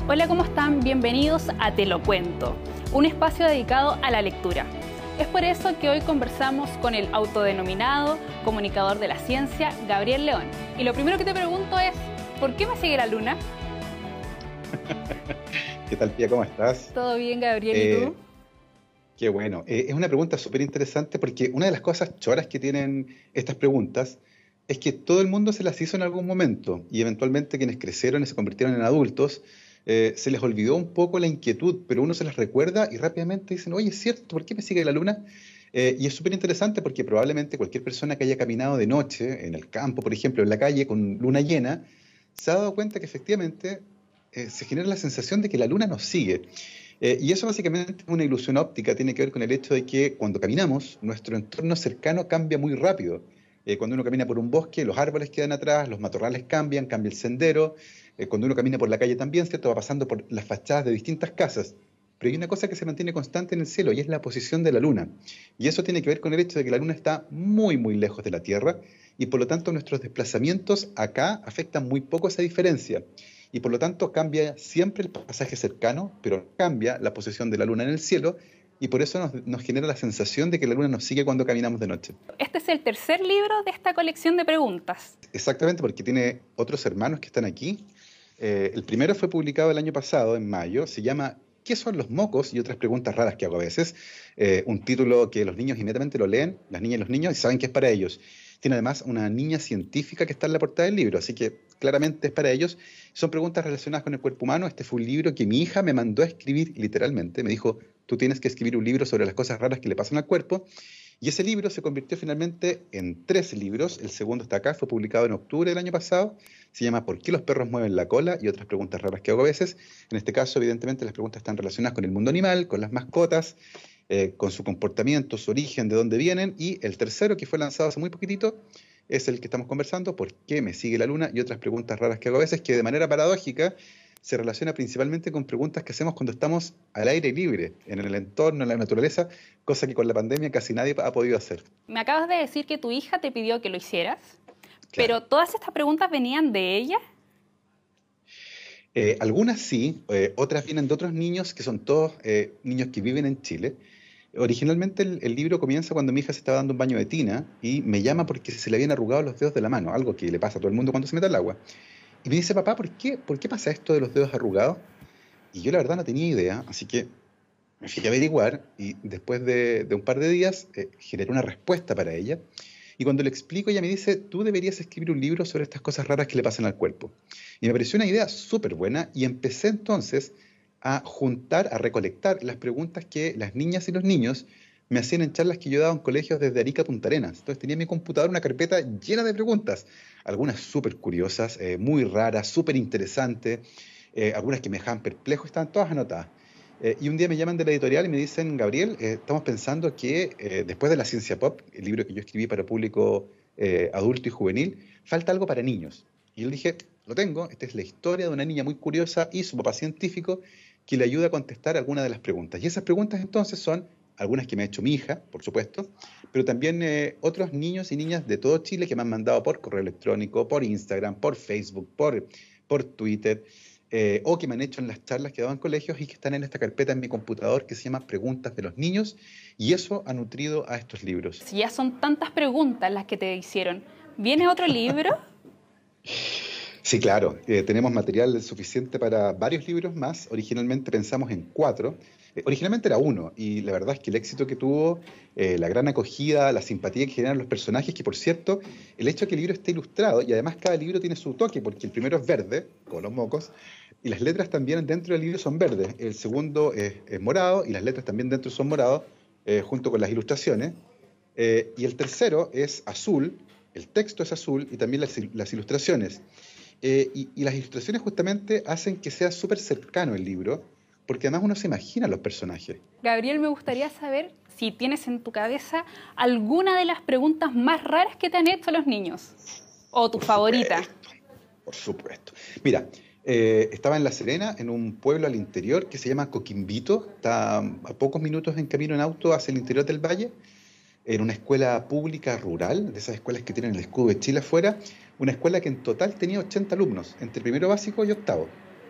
Hola, ¿cómo están? Bienvenidos a Te lo cuento, un espacio dedicado a la lectura. Es por eso que hoy conversamos con el autodenominado comunicador de la ciencia, Gabriel León. Y lo primero que te pregunto es, ¿por qué me sigue la luna? ¿Qué tal, Pía? ¿Cómo estás? ¿Todo bien, Gabriel? ¿Y tú? Qué bueno. Es una pregunta súper interesante porque una de las cosas choras que tienen estas preguntas es que todo el mundo se las hizo en algún momento y eventualmente quienes crecieron y se convirtieron en adultos se les olvidó un poco la inquietud, pero uno se las recuerda y rápidamente dicen, oye, es cierto, ¿por qué me sigue la luna? Y es súper interesante porque probablemente cualquier persona que haya caminado de noche, en el campo, por ejemplo, en la calle con luna llena, se ha dado cuenta que efectivamente se genera la sensación de que la luna nos sigue. Y eso básicamente es una ilusión óptica, tiene que ver con el hecho de que cuando caminamos, nuestro entorno cercano cambia muy rápido. Cuando uno camina por un bosque, los árboles quedan atrás, los matorrales cambian, cambia el sendero. Cuando uno camina por la calle también, ¿cierto? Va pasando por las fachadas de distintas casas. Pero hay una cosa que se mantiene constante en el cielo y es la posición de la luna. Y eso tiene que ver con el hecho de que la luna está muy, muy lejos de la Tierra y por lo tanto nuestros desplazamientos acá afectan muy poco esa diferencia. Y por lo tanto cambia siempre el pasaje cercano, pero no cambia la posición de la luna en el cielo y por eso nos genera la sensación de que la luna nos sigue cuando caminamos de noche. Este es el tercer libro de esta colección de preguntas. Exactamente, porque tiene otros hermanos que están aquí. El primero fue publicado el año pasado, en mayo, se llama ¿Qué son los mocos? Y otras preguntas raras que hago a veces. Un título que los niños inmediatamente lo leen, las niñas y los niños, y saben que es para ellos. Tiene además una niña científica que está en la portada del libro, así que claramente es para ellos. Son preguntas relacionadas con el cuerpo humano. Este fue un libro que mi hija me mandó a escribir literalmente. Me dijo, tú tienes que escribir un libro sobre las cosas raras que le pasan al cuerpo. Y ese libro se convirtió finalmente en 3 libros. El segundo está acá, fue publicado en octubre del año pasado. Se llama ¿Por qué los perros mueven la cola? Y otras preguntas raras que hago a veces. En este caso, evidentemente, las preguntas están relacionadas con el mundo animal, con las mascotas, con su comportamiento, su origen, de dónde vienen. Y el tercero, que fue lanzado hace muy poquitito, es el que estamos conversando, ¿por qué me sigue la luna? Y otras preguntas raras que hago a veces, que de manera paradójica se relaciona principalmente con preguntas que hacemos cuando estamos al aire libre, en el entorno, en la naturaleza, cosa que con la pandemia casi nadie ha podido hacer. Me acabas de decir que tu hija te pidió que lo hicieras, Claro. pero ¿todas estas preguntas venían de ella? Algunas sí, otras vienen de otros niños que son todos niños que viven en Chile. Originalmente el libro comienza cuando mi hija se estaba dando un baño de tina y me llama porque se le habían arrugado los dedos de la mano, algo que le pasa a todo el mundo cuando se mete al agua. Y me dice, papá, ¿por qué pasa esto de los dedos arrugados? Y yo la verdad no tenía idea, así que me fui a averiguar y después de un par de días generé una respuesta para ella. Y cuando le explico, ella me dice, tú deberías escribir un libro sobre estas cosas raras que le pasan al cuerpo. Y me pareció una idea súper buena y empecé entonces a juntar, a recolectar las preguntas que las niñas y los niños me hacían en charlas que yo daba en colegios desde Arica a Punta Arenas. Entonces tenía en mi computadora una carpeta llena de preguntas, algunas súper curiosas, muy raras, súper interesantes, algunas que me dejaban perplejo, estaban todas anotadas. Y un día me llaman de la editorial y me dicen, Gabriel, estamos pensando que después de la ciencia pop, el libro que yo escribí para público adulto y juvenil, falta algo para niños. Y yo le dije, lo tengo, esta es la historia de una niña muy curiosa y su papá científico que le ayuda a contestar algunas de las preguntas. Y esas preguntas entonces son algunas que me ha hecho mi hija, por supuesto, pero también otros niños y niñas de todo Chile que me han mandado por correo electrónico, por Instagram, por Facebook, por Twitter, o que me han hecho en las charlas que he dado en colegios y que están en esta carpeta en mi computador que se llama Preguntas de los Niños, y eso ha nutrido a estos libros. Si ya son tantas preguntas las que te hicieron, ¿viene otro libro? Sí, claro, tenemos material suficiente para varios libros más. Originalmente pensamos en 4. Originalmente era uno, y la verdad es que el éxito que tuvo, la gran acogida, la simpatía que generan los personajes, que por cierto, el hecho de que el libro esté ilustrado, y además cada libro tiene su toque, porque el primero es verde, con los mocos, y las letras también dentro del libro son verdes. El segundo es morado, y las letras también dentro son morados, junto con las ilustraciones. Y el tercero es azul, el texto es azul, y también las ilustraciones. Y las ilustraciones justamente hacen que sea súper cercano el libro, porque además uno se imagina los personajes. Gabriel, me gustaría saber si tienes en tu cabeza alguna de las preguntas más raras que te han hecho los niños, o tu Por favorita. supuesto, por supuesto. Mira, estaba en La Serena, en un pueblo al interior que se llama Coquimbito, está a pocos minutos en camino en auto hacia el interior del valle, en una escuela pública rural, de esas escuelas que tienen el escudo de Chile afuera, una escuela que en total tenía 80 alumnos, entre primero básico y octavo.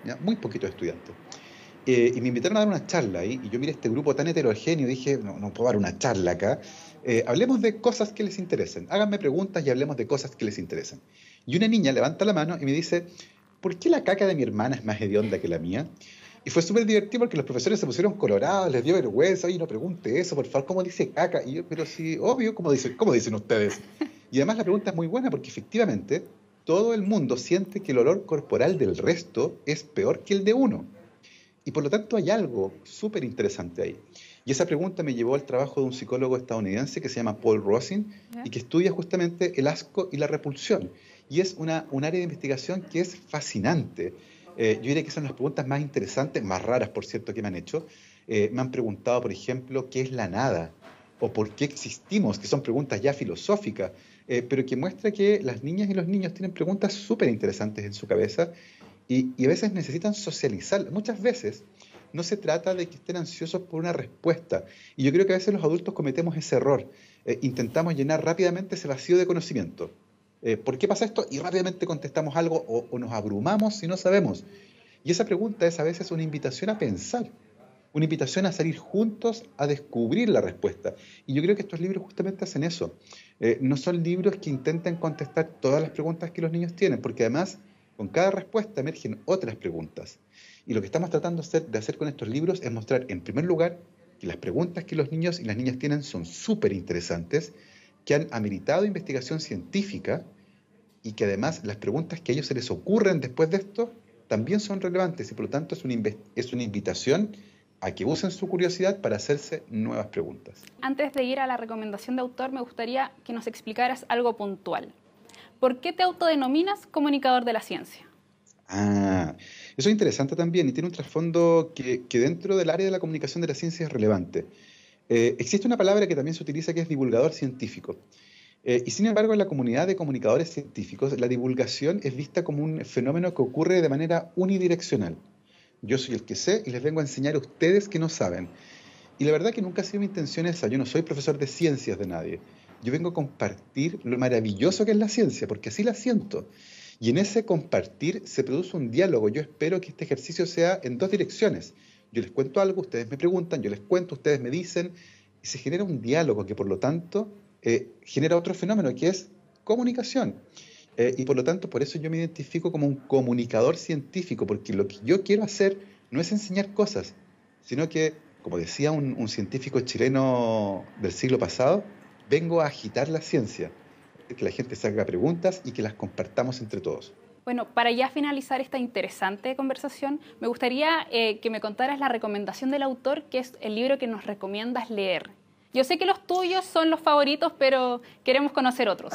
¿ya? Muy poquitos estudiantes. Y me invitaron a dar una charla ahí, y yo miré este grupo tan heterogéneo y dije, no, no puedo dar una charla acá. Hablemos de cosas que les interesen. Háganme preguntas y hablemos de cosas que les interesen. Y una niña levanta la mano y me dice, ¿por qué la caca de mi hermana es más hedionda que la mía? Y fue súper divertido porque los profesores se pusieron colorados, les dio vergüenza, oye, no pregunte eso, por favor, ¿cómo dice caca? Y yo, pero sí, obvio, cómo dicen ustedes? Y además la pregunta es muy buena porque efectivamente todo el mundo siente que el olor corporal del resto es peor que el de uno. Y por lo tanto hay algo súper interesante ahí. Y esa pregunta me llevó al trabajo de un psicólogo estadounidense que se llama Paul Rosin y que estudia justamente el asco y la repulsión. Y es un área de investigación que es fascinante. Yo diría que son las preguntas más interesantes, más raras, por cierto, que me han hecho. Me han preguntado, por ejemplo, ¿qué es la nada? O ¿por qué existimos? Que son preguntas ya filosóficas, pero que muestra que las niñas y los niños tienen preguntas súper interesantes en su cabeza y a veces necesitan socializar. Muchas veces no se trata de que estén ansiosos por una respuesta. Y yo creo que a veces los adultos cometemos ese error. Intentamos llenar rápidamente ese vacío de conocimiento. ¿Por qué pasa esto? Y rápidamente contestamos algo o nos abrumamos si no sabemos. Y esa pregunta es a veces una invitación a pensar, una invitación a salir juntos a descubrir la respuesta. Y yo creo que estos libros justamente hacen eso. No son libros que intenten contestar todas las preguntas que los niños tienen, porque además con cada respuesta emergen otras preguntas. Y lo que estamos tratando de hacer con estos libros es mostrar, en primer lugar, que las preguntas que los niños y las niñas tienen son súper interesantes, que han ameritado investigación científica y que además las preguntas que a ellos se les ocurren después de esto también son relevantes y por lo tanto es una invitación a que usen su curiosidad para hacerse nuevas preguntas. Antes de ir a la recomendación de autor, me gustaría que nos explicaras algo puntual. ¿Por qué te autodenominas comunicador de la ciencia? Eso es interesante también y tiene un trasfondo que dentro del área de la comunicación de la ciencia es relevante. Existe una palabra que también se utiliza que es divulgador científico. Y sin embargo, en la comunidad de comunicadores científicos, la divulgación es vista como un fenómeno que ocurre de manera unidireccional. Yo soy el que sé y les vengo a enseñar a ustedes que no saben. Y la verdad que nunca ha sido mi intención esa. Yo no soy profesor de ciencias de nadie. Yo vengo a compartir lo maravilloso que es la ciencia, porque así la siento. Y en ese compartir se produce un diálogo. Yo espero que este ejercicio sea en dos direcciones. Yo les cuento algo, ustedes me preguntan, yo les cuento, ustedes me dicen, y se genera un diálogo que por lo tanto genera otro fenómeno que es comunicación. Y por lo tanto, por eso yo me identifico como un comunicador científico, porque lo que yo quiero hacer no es enseñar cosas, sino que, como decía un científico chileno del siglo pasado, vengo a agitar la ciencia, que la gente se haga preguntas y que las compartamos entre todos. Bueno, para ya finalizar esta interesante conversación, me gustaría que me contaras la recomendación del autor, que es el libro que nos recomiendas leer. Yo sé que los tuyos son los favoritos, pero queremos conocer otros.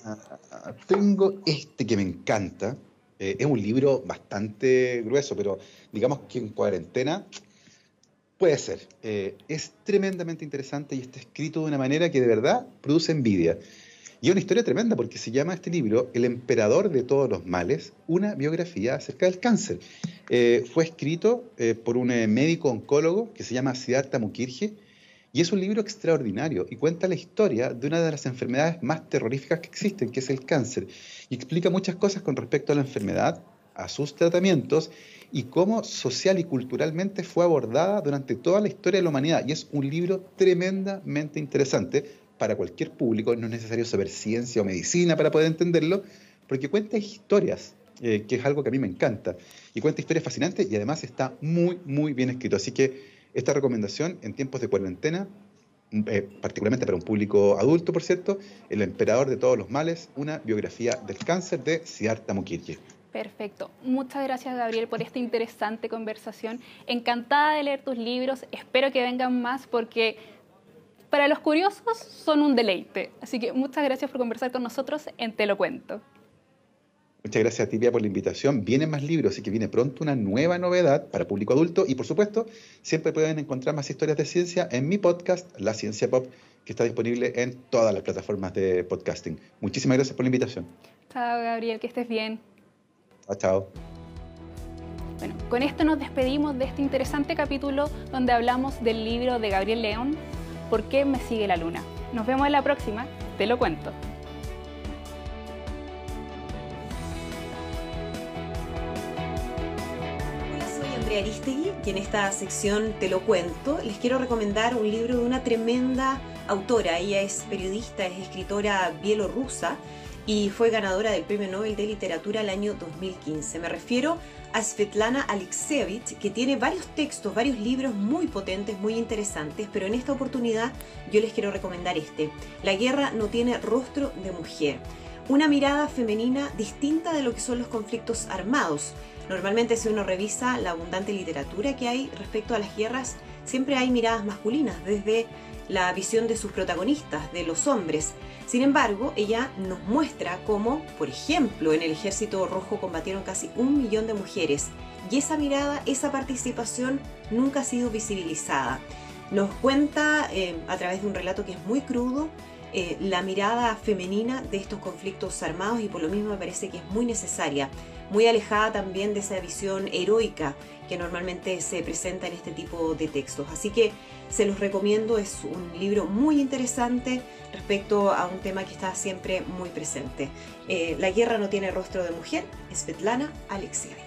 Tengo este que me encanta. Es un libro bastante grueso, pero digamos que en cuarentena puede ser. Es tremendamente interesante y está escrito de una manera que de verdad produce envidia. Y es una historia tremenda porque se llama este libro El emperador de todos los males, una biografía acerca del cáncer. Fue escrito por un médico oncólogo que se llama Siddhartha Mukherjee y es un libro extraordinario y cuenta la historia de una de las enfermedades más terroríficas que existen, que es el cáncer. Y explica muchas cosas con respecto a la enfermedad, a sus tratamientos y cómo social y culturalmente fue abordada durante toda la historia de la humanidad. Y es un libro tremendamente interesante para cualquier público. No es necesario saber ciencia o medicina para poder entenderlo, porque cuenta historias, que es algo que a mí me encanta. Y cuenta historias fascinantes y además está muy, muy bien escrito. Así que esta recomendación en tiempos de cuarentena, particularmente para un público adulto, por cierto, El emperador de todos los males, una biografía del cáncer de Siddhartha Mukherjee. Perfecto. Muchas gracias, Gabriel, por esta interesante conversación. Encantada de leer tus libros. Espero que vengan más porque para los curiosos son un deleite. Así que muchas gracias por conversar con nosotros en Te lo cuento. Muchas gracias a ti, Pia, por la invitación. Vienen más libros, así que viene pronto una nueva novedad para público adulto. Y por supuesto, siempre pueden encontrar más historias de ciencia en mi podcast, La Ciencia Pop, que está disponible en todas las plataformas de podcasting. Muchísimas gracias por la invitación. Chao, Gabriel, que estés bien. Chao. Bueno, con esto nos despedimos de este interesante capítulo donde hablamos del libro de Gabriel León, ¿Por qué me sigue la luna? Nos vemos en la próxima. Te lo cuento. Natalia Aristegui y en esta sección Te lo cuento les quiero recomendar un libro de una tremenda autora. Ella es periodista, es escritora bielorrusa y fue ganadora del Premio Nobel de Literatura el año 2015. Me refiero a Svetlana Alexievich, que tiene varios textos, varios libros muy potentes, muy interesantes, pero en esta oportunidad yo les quiero recomendar este. La guerra no tiene rostro de mujer. Una mirada femenina distinta de lo que son los conflictos armados. Normalmente, si uno revisa la abundante literatura que hay respecto a las guerras, siempre hay miradas masculinas desde la visión de sus protagonistas, de los hombres. Sin embargo, ella nos muestra cómo, por ejemplo, en el Ejército Rojo combatieron casi 1 millón de mujeres y esa mirada, esa participación nunca ha sido visibilizada. Nos cuenta a través de un relato que es muy crudo, la mirada femenina de estos conflictos armados y por lo mismo me parece que es muy necesaria, muy alejada también de esa visión heroica que normalmente se presenta en este tipo de textos. Así que se los recomiendo, es un libro muy interesante respecto a un tema que está siempre muy presente. La guerra no tiene rostro de mujer, Svetlana Alexievich.